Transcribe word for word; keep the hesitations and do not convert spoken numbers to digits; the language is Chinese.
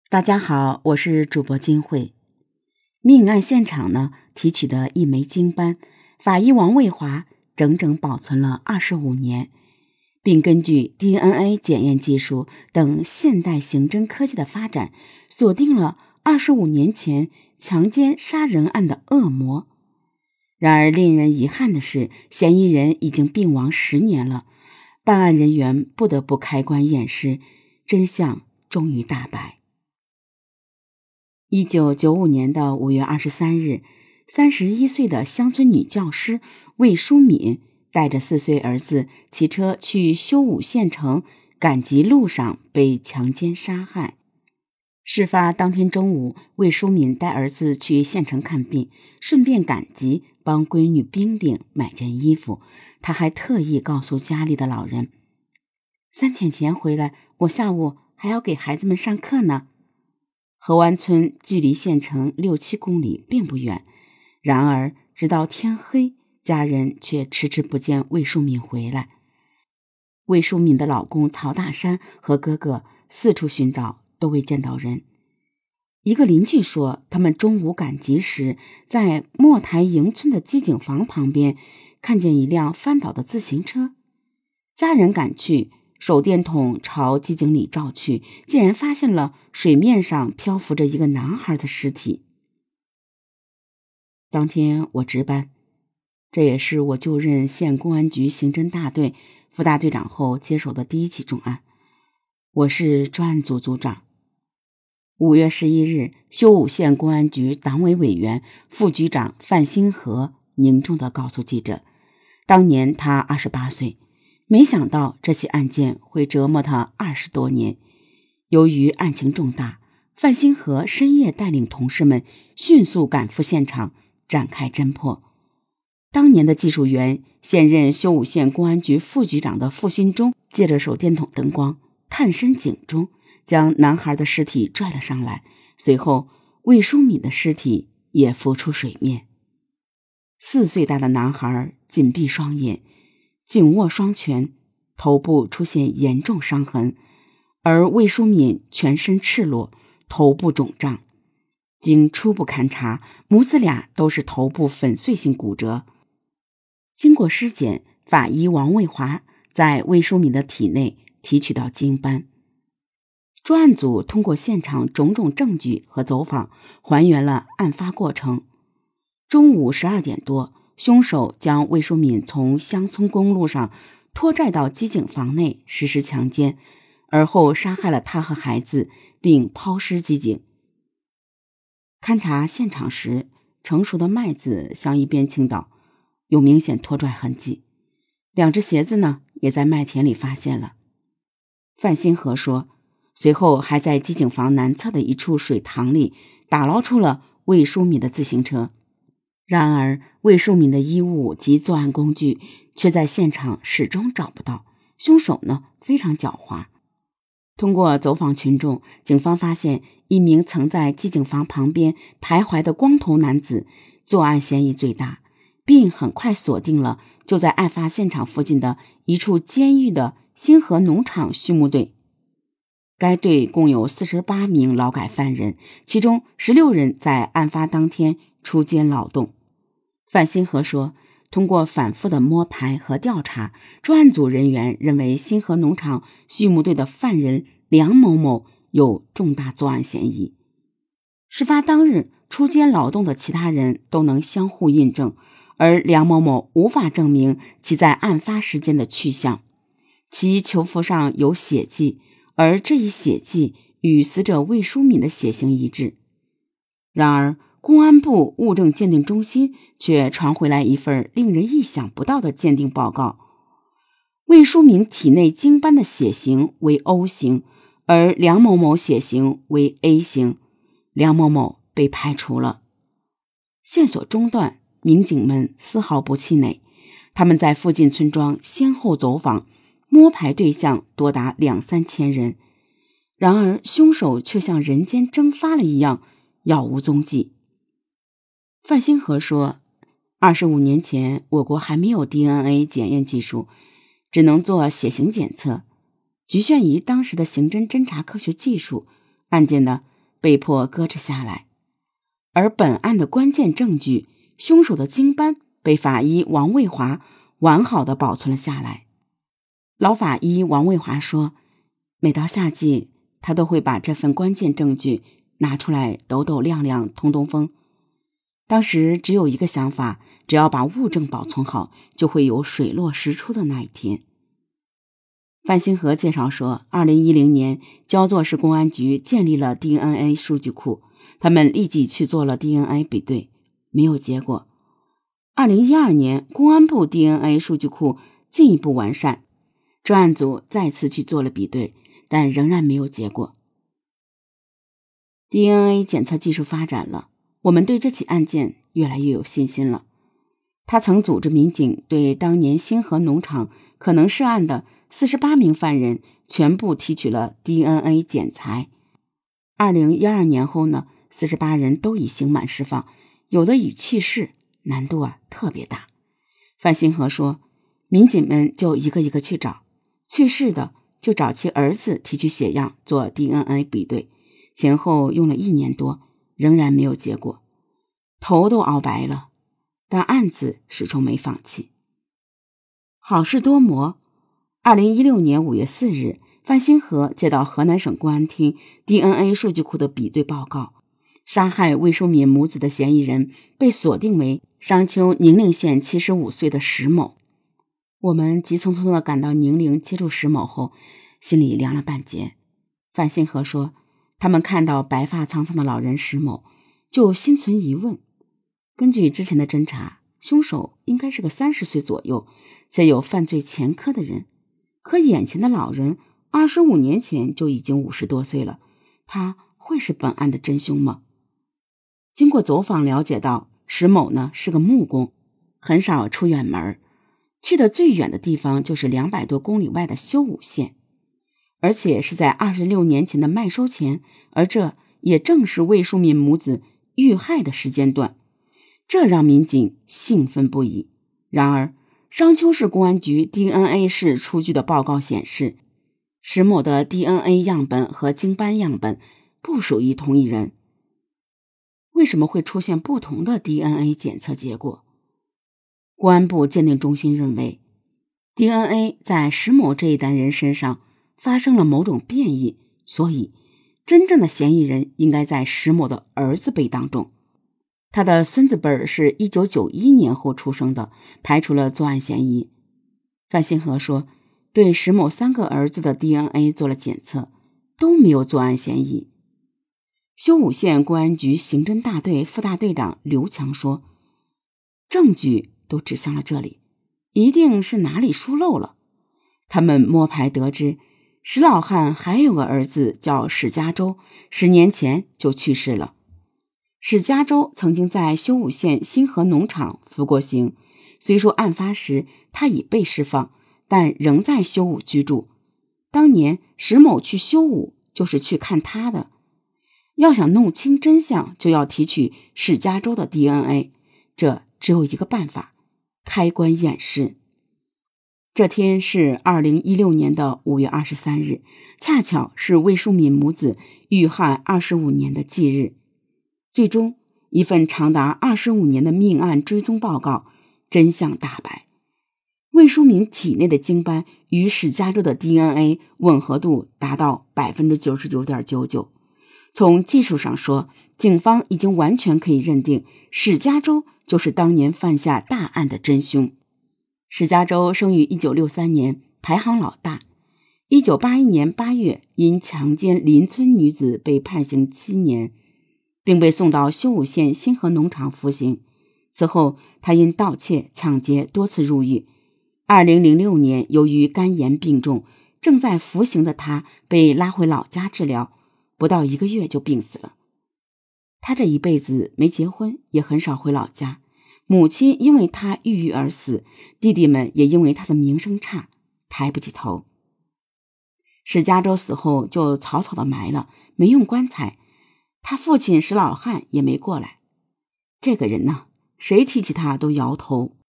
大家好，我是主播金慧。命案现场呢，提取的一枚精斑，法医王卫华整整保存了二十五年，并根据 D N A 检验技术等现代刑侦科技的发展，锁定了二十五年前强奸杀人案的恶魔。然而令人遗憾的是，嫌疑人已经病亡十年了，办案人员不得不开棺验尸，真相终于大白。一九九五年的五月二十三日，三十一岁的乡村女教师魏淑敏带着四岁儿子骑车去修武县城赶集路上被强奸杀害。事发当天中午，魏淑敏带儿子去县城看病，顺便赶集帮闺女冰冰买件衣服。她还特意告诉家里的老人，三天前回来，我下午还要给孩子们上课呢。河湾村距离县城六七公里，并不远。然而直到天黑，家人却迟迟不见魏淑敏回来。魏淑敏的老公曹大山和哥哥四处寻找，都未见到人。一个邻居说，他们中午赶集时，在莫台营村的机井房旁边看见一辆翻倒的自行车。家人赶去，手电筒朝机井里照去，竟然发现了水面上漂浮着一个男孩的尸体。当天我值班，这也是我就任县公安局刑侦大队副大队长后接手的第一起重案，我是专案组组长。五月十一日，修武县公安局党委委员、副局长范新和凝重地告诉记者，当年他二十八岁，没想到这起案件会折磨他二十多年。由于案情重大，范新和深夜带领同事们迅速赶赴现场，展开侦破。当年的技术员、现任修武县公安局副局长的傅新忠，借着手电筒灯光探身井中，将男孩的尸体拽了上来。随后魏淑敏的尸体也浮出水面。四岁大的男孩紧闭双眼，紧握双拳，头部出现严重伤痕，而魏淑敏全身赤裸，头部肿胀。经初步勘查，母子俩都是头部粉碎性骨折。经过尸检，法医王卫华在魏淑敏的体内提取到精斑。专案组通过现场种种证据和走访，还原了案发过程。中午十二点多，凶手将魏淑敏从乡村公路上拖拽到机井房内实施强奸，而后杀害了她和孩子，并抛尸机井。勘察现场时，成熟的麦子向一边倾倒，有明显拖拽痕迹。两只鞋子呢，也在麦田里发现了。范新和说，随后还在机井房南侧的一处水塘里打捞出了魏淑敏的自行车。然而魏淑敏的衣物及作案工具却在现场始终找不到，凶手呢非常狡猾。通过走访群众，警方发现一名曾在机井房旁边徘徊的光头男子作案嫌疑最大，并很快锁定了就在案发现场附近的一处监狱的新河农场畜牧队。该队共有四十八名劳改犯人，其中十六人在案发当天出监劳动。范新和说，通过反复的摸排和调查，专案组人员认为新河农场畜牧队的犯人梁某某有重大作案嫌疑。事发当日出监劳动的其他人都能相互印证，而梁某某无法证明其在案发时间的去向。其囚服上有血迹，而这一血迹与死者魏淑敏的血型一致。然而公安部物证鉴定中心却传回来一份令人意想不到的鉴定报告，魏淑敏体内精斑的血型为 O 型，而梁某某血型为 A 型，梁某某被排除了。线索中断，民警们丝毫不气馁，他们在附近村庄先后走访，摸排对象多达两三千人。然而凶手却像人间蒸发了一样，杳无踪迹。范新和说，二十五年前我国还没有 D N A 检验技术，只能做血型检测，局限于当时的刑侦侦查科学技术，案件呢被迫搁置下来。而本案的关键证据，凶手的经斑被法医王卫华完好的保存了下来。老法医王卫华说，每到夏季，他都会把这份关键证据拿出来抖抖亮亮通通风。当时只有一个想法，只要把物证保存好，就会有水落石出的那一天。范新河介绍说，二零一零年焦作市公安局建立了 D N A 数据库，他们立即去做了 D N A 比对，没有结果。二零一二年公安部 D N A 数据库进一步完善，专案组再次去做了比对，但仍然没有结果。D N A 检测技术发展了，我们对这起案件越来越有信心了。他曾组织民警对当年星河农场可能涉案的四十八名犯人全部提取了 D N A 检材。二零一二年后呢，四十八人都已刑满释放，有的已去世，难度啊特别大。范新河说，民警们就一个一个去找，去世的就找其儿子提取血样做 D N A 比对，前后用了一年多，仍然没有结果，头都熬白了，但案子始终没放弃。好事多磨。二零一六年五月四日，范新河接到河南省公安厅 D N A 数据库的比对报告，杀害魏淑敏母子的嫌疑人被锁定为商丘宁陵县七十五岁的石某。我们急匆匆地赶到宁陵接触石某后，心里凉了半截。范新河说，他们看到白发苍苍的老人石某，就心存疑问。根据之前的侦查，凶手应该是个三十岁左右且有犯罪前科的人，可眼前的老人二十五年前就已经五十多岁了，他会是本案的真凶吗？经过走访了解到，石某呢是个木工，很少出远门，去的最远的地方就是两百多公里外的修武县，而且是在二十六年前的麦收前，而这也正是魏淑敏母子遇害的时间段，这让民警兴奋不已。然而商丘市公安局 D N A 室出具的报告显示，石某的 D N A 样本和经斑样本不属于同一人。为什么会出现不同的 D N A 检测结果？公安部鉴定中心认为， D N A 在石某这一代人身上发生了某种变异，所以真正的嫌疑人应该在石某的儿子辈当中。他的孙子辈是一九九一年后出生的，排除了作案嫌疑。范新河说，对石某三个儿子的 D N A 做了检测，都没有作案嫌疑。修武县公安局刑侦大队副大队长刘强说，证据都指向了这里，一定是哪里疏漏了。他们摸排得知，石老汉还有个儿子叫史家洲，十年前就去世了。史家洲曾经在修武县新河农场服过刑，虽说案发时他已被释放，但仍在修武居住。当年石某去修武就是去看他的。要想弄清真相，就要提取史家洲的 D N A， 这只有一个办法，开棺验尸。这天是二零一六年的五月二十三日，恰巧是魏淑敏母子遇害二十五年的忌日。最终，一份长达二十五年的命案追踪报告真相大白，魏淑敏体内的经斑与史家洲的 D N A 吻合度达到 百分之九十九点九九。 从技术上说，警方已经完全可以认定史家洲就是当年犯下大案的真凶。史家洲生于一九六三年，排行老大。一九八一年八月，因强奸邻村女子被判刑七年，并被送到修武县新河农场服刑。此后，他因盗窃、抢劫多次入狱。二零零六年，由于肝炎病重，正在服刑的他被拉回老家治疗，不到一个月就病死了。他这一辈子没结婚，也很少回老家。母亲因为他郁郁而死，弟弟们也因为他的名声差，抬不起头。史家洲死后就草草的埋了，没用棺材。他父亲史老汉也没过来。这个人呢，谁提起他都摇头。